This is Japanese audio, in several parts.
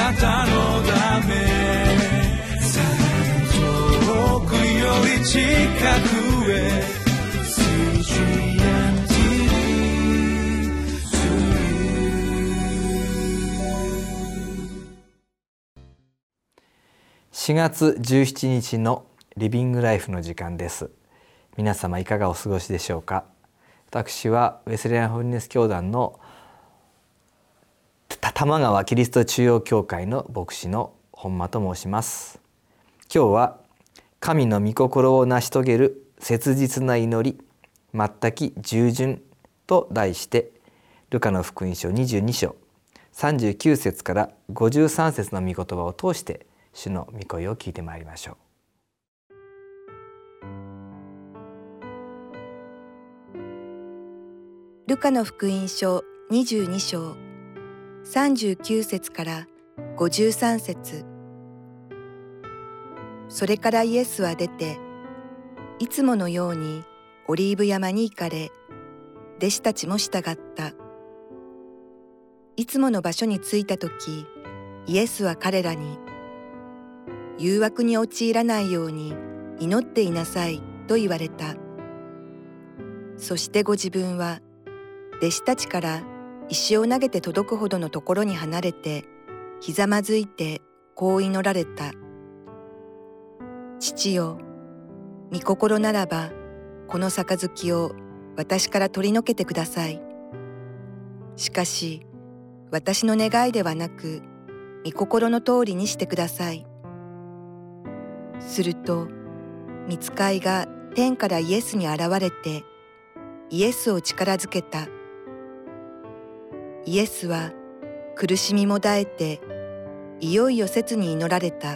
なたのため遠くより近くへ 4月17日のリビングライフの時間です。皆様いかがお過ごしでしょうか。私はウェスレアンホリネス教団の多摩川キリスト中央教会の牧師の本間と申します。今日は神の御心を成し遂げる切実な祈り全き従順と題してルカの福音書22章39節から53節の御言葉を通して主の御声を聞いてまいりましょう。ルカの福音書22章39節から53節。それからイエスは出ていつものようにオリーブ山に行かれ、弟子たちも従った。いつもの場所に着いたとき、イエスは彼らに、誘惑に陥らないように祈っていなさいと言われた。そしてご自分は、弟子たちから石を投げて届くほどのところに離れて、ひざまずいてこう祈られた。父よ、御心ならば、この杯を私から取り除けてください。しかし、私の願いではなく、御心の通りにしてください。すると、御使いが天からイエスに現れて、イエスを力づけた。イエスは苦しみもだえて、いよいよ切に祈られた。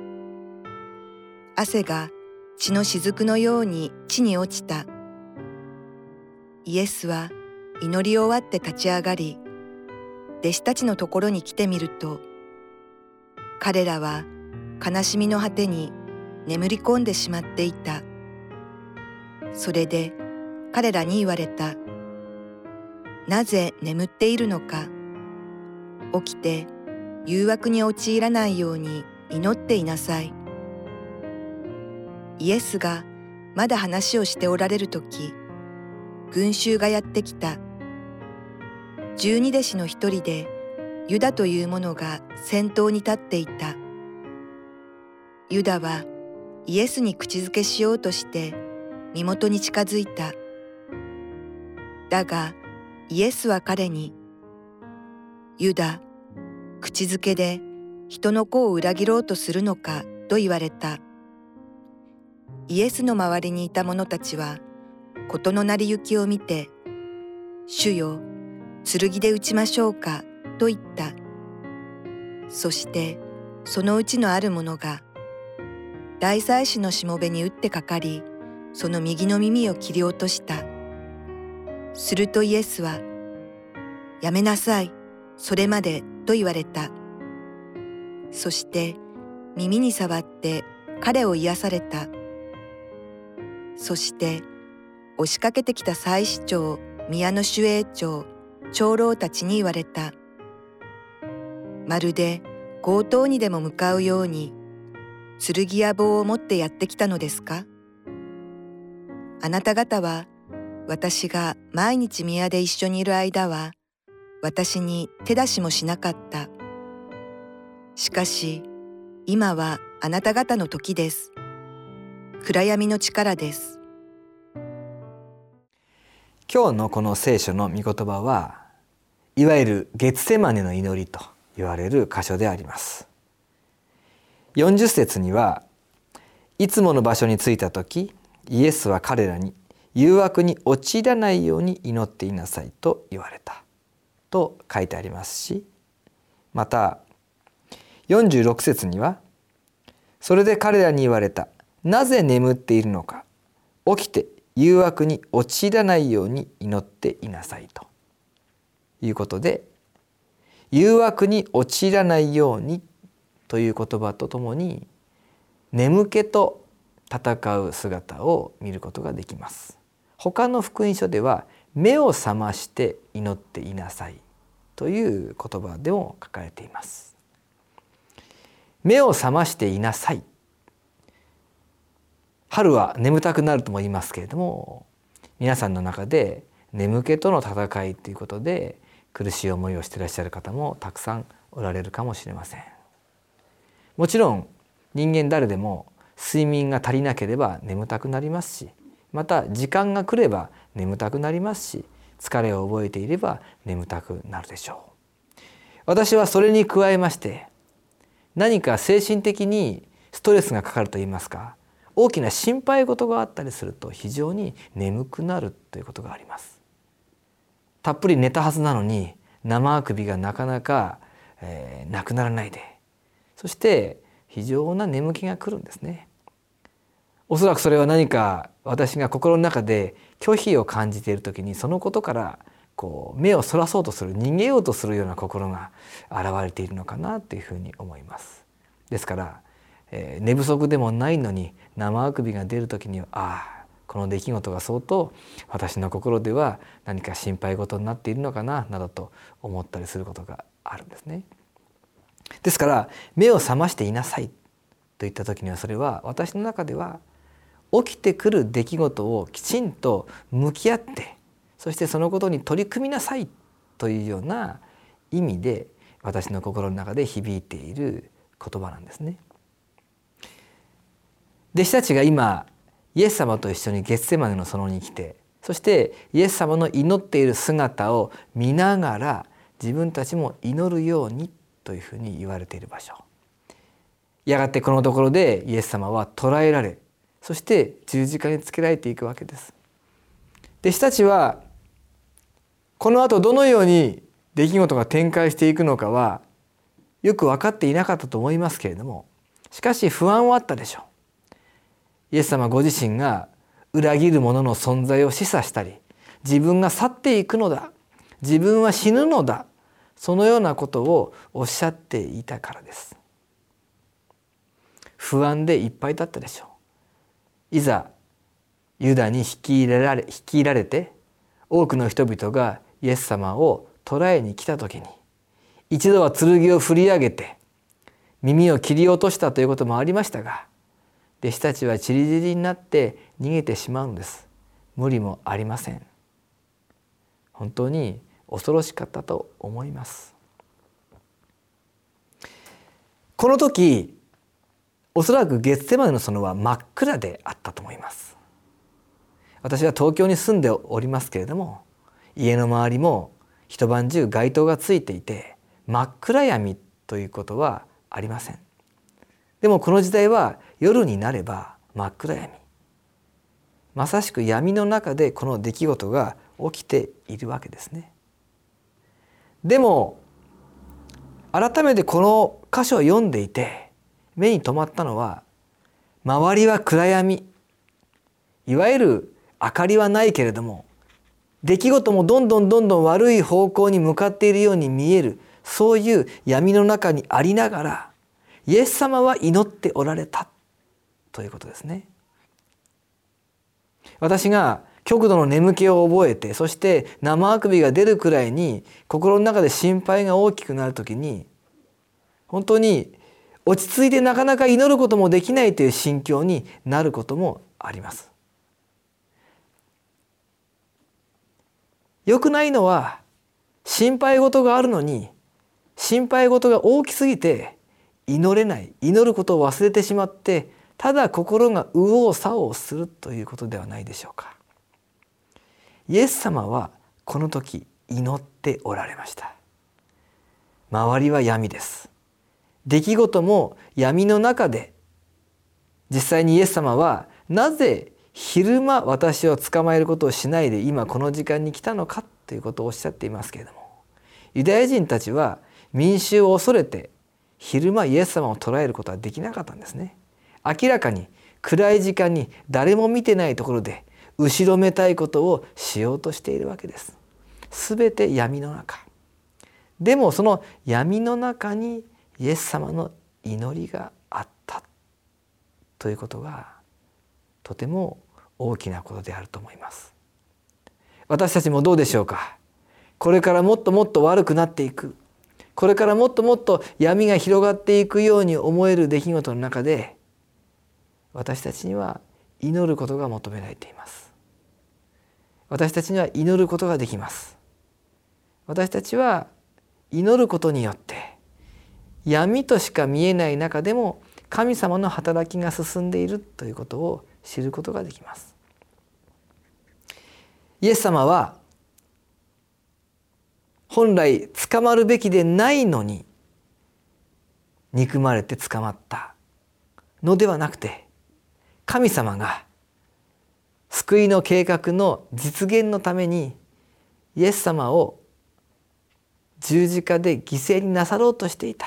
汗が血の雫のように地に落ちた。イエスは祈り終わって立ち上がり、弟子たちのところに来てみると、彼らは悲しみの果てに眠り込んでしまっていた。それで彼らに言われた。なぜ眠っているのか。起きて誘惑に陥らないように祈っていなさい。イエスがまだ話をしておられるとき、群衆がやってきた。12弟子の一人でユダという者が先頭に立っていた。ユダはイエスに口づけしようとして身元に近づいた。だがイエスは彼に、ユダ、口づけで人の子を裏切ろうとするのかと言われた。イエスの周りにいた者たちは事の成り行きを見て、主よ、剣で撃ちましょうかと言った。そしてそのうちのある者が大祭司のしもべに打ってかかり、その右の耳を切り落とした。するとイエスは、やめなさい、それまでと言われた。そして耳に触って彼を癒された。そして押しかけてきた祭司長、宮の守衛長、長老たちに言われた。まるで強盗にでも向かうように、剣や棒を持ってやってきたのですか？あなた方は、私が毎日宮で一緒にいる間は、私に手出しもしなかった。しかし、今はあなた方の時です。暗闇の力です。 今日のこの聖書の御言葉は、いわゆるゲツセマネの祈りと言われる箇所であります。40節には、いつもの場所に着いた時、イエスは彼らに誘惑に陥らないように祈っていなさいと言われたと書いてありますし、また46節には、それで彼らに言われた。なぜ眠っているのか。起きて誘惑に陥らないように祈っていなさいということで、誘惑に陥らないようにという言葉とともに、眠気と戦う姿を見ることができます。他の福音書では、目を覚まして祈っていなさいという言葉でも書かれています。 目を覚ましていなさい。春は眠たくなるとも言いますけれども、皆さんの中で眠気との戦いということで苦しい思いをしていらっしゃる方もたくさんおられるかもしれません。もちろん人間誰でも睡眠が足りなければ眠たくなりますし、また時間が来れば眠たくなりますし、疲れを覚えていれば眠たくなるでしょう。私はそれに加えまして、何か精神的にストレスがかかるといいますか、大きな心配事があったりすると非常に眠くなるということがあります。たっぷり寝たはずなのに生あくびがなかなか、なくならないで、そして非常な眠気が来るんですね。おそらくそれは何か私が心の中で拒否を感じているときに、そのことから目をそらそうとする、逃げようとするような心が現れているのかなというふうに思います。ですから、寝不足でもないのに生あくびが出るときには、この出来事が相当私の心では何か心配事になっているのかななどと思ったりすることがあるんですね。ですから目を覚ましていなさいといった時には、それは私の中では起きてくる出来事をきちんと向き合って、そしてそのことに取り組みなさいというような意味で私の心の中で響いている言葉なんですね。弟子たちが今イエス様と一緒にゲッセマネの園に来て、そしてイエス様の祈っている姿を見ながら自分たちも祈るようにというふうに言われている場所。やがてこのところでイエス様は捕らえられ、そして十字架につけられていくわけです。弟子たちはこの後どのように出来事が展開していくのかはよく分かっていなかったと思いますけれども、しかし不安はあったでしょう。イエス様ご自身が裏切る者の存在を示唆したり、自分が去っていくのだ、自分は死ぬのだ、そのようなことをおっしゃっていたからです。不安でいっぱいだったでしょう。いざユダに引き入れられて多くの人々がイエス様を捕らえに来た時に、一度は剣を振り上げて耳を切り落としたということもありましたが、弟子たちは散り散りになって逃げてしまうんです。無理もありません。本当に恐ろしかったと思います。この時おそらくゲッセマネの園は真っ暗であったと思います。私は東京に住んでおりますけれども、家の周りも一晩中街灯がついていて真っ暗闇ということはありません。でもこの時代は夜になれば真っ暗闇、まさしく闇の中でこの出来事が起きているわけですね。でも改めてこの箇所を読んでいて目に留まったのは、周りは暗闇、いわゆる明かりはないけれども出来事もどんどん悪い方向に向かっているように見える、そういう闇の中にありながらイエス様は祈っておられたということですね。私が極度の眠気を覚えて、そして生あくびが出るくらいに心の中で心配が大きくなるときに、本当に落ち着いてなかなか祈ることもできないという心境になることもあります。よくないのは、心配事があるのに心配事が大きすぎて祈れない、祈ることを忘れてしまって、ただ心が右往左往するということではないでしょうか。イエス様はこの時祈っておられました。周りは闇です。出来事も闇の中で、実際にイエス様はなぜ昼間私を捕まえることをしないで今この時間に来たのかということをおっしゃっていますけれども、ユダヤ人たちは民衆を恐れて昼間イエス様を捕らえることはできなかったんですね。明らかに暗い時間に誰も見てないところで後ろめたいことをしようとしているわけです。すべて闇の中。でもその闇の中にイエス様の祈りがあったということがとても大きなことであると思います。私たちもどうでしょうか。これからもっともっと悪くなっていく、 これからもっともっと闇が広がっていくように思える出来事の中で、私たちには祈ることが求められています。私たちには祈ることができます。私たちは祈ることによって闇としか見えない中でも神様の働きが進んでいるということを知ることができます。イエス様は本来捕まるべきでないのに憎まれて捕まったのではなくて、神様が救いの計画の実現のためにイエス様を十字架で犠牲になさろうとしていた。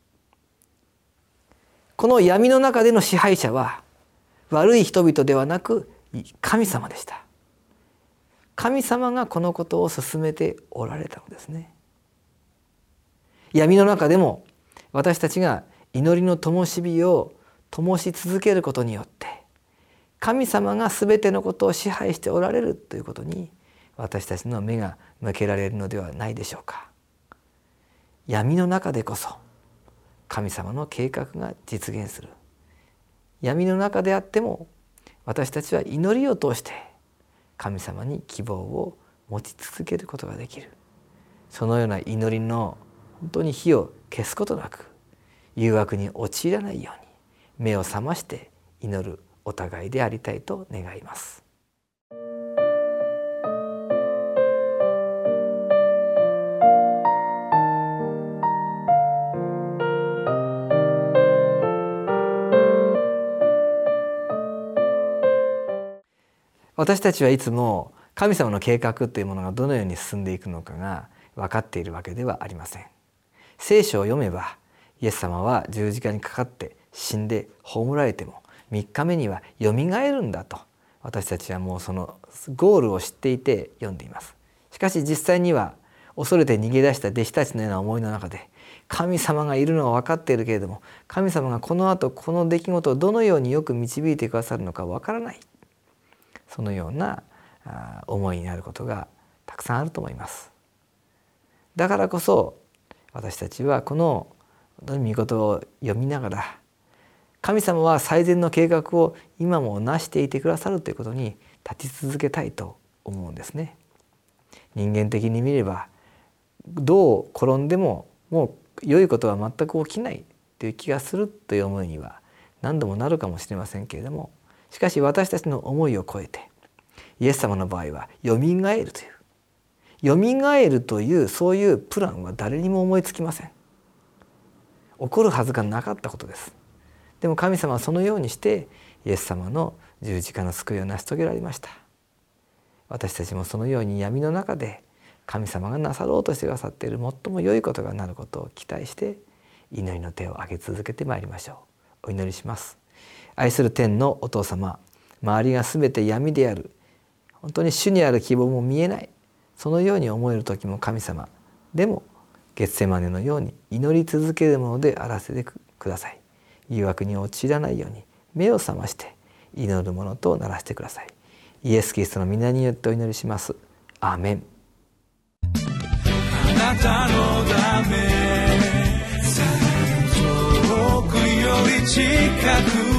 この闇の中での支配者は悪い人々ではなく神様でした。神様がこのことを進めておられたのですね。闇の中でも私たちが祈りの灯火を灯し続けることによって神様がすべてのことを支配しておられるということに私たちの目が向けられるのではないでしょうか。闇の中でこそ神様の計画が実現する。闇の中であっても私たちは祈りを通して神様に希望を持ち続けることができる。そのような祈りの本当に火を消すことなく、誘惑に陥らないように目を覚まして祈るお互いでありたいと願います。私たちはいつも神様の計画というものがどのように進んでいくのかが分かっているわけではありません。聖書を読めばイエス様は十字架にかかって死んで葬られても3日目にはよみがえるんだと、私たちはもうそのゴールを知っていて読んでいます。しかし実際には恐れて逃げ出した弟子たちのような思いの中で、神様がいるのは分かっているけれども、神様がこの後この出来事をどのようによく導いてくださるのか分からない、そのような思いになることがたくさんあると思います。だからこそ私たちはこの御言葉を読みながら、神様は最善の計画を今もなしていてくださるということに立ち続けたいと思うんですね。人間的に見ればどう転んでももう良いことは全く起きないという気がするという思いには何度もなるかもしれませんけれども、しかし私たちの思いを超えてイエス様の場合はよみがえるという、よみがえるというそういうプランは誰にも思いつきません。起こるはずがなかったことです。でも神様はそのようにしてイエス様の十字架の救いを成し遂げられました。私たちもそのように闇の中で神様がなさろうとしてくださっている最も良いことがなることを期待して祈りの手を挙げ続けてまいりましょう。お祈りします。愛する天のお父様、周りがすべて闇である、本当に主にある希望も見えない、そのように思える時も神様、でもゲッセマネのように祈り続けるものであらせてください。誘惑に陥らないように目を覚まして祈るものとならせてください。イエス・キリストの皆によってお祈りします。アーメン。 あなたのため遠くより近く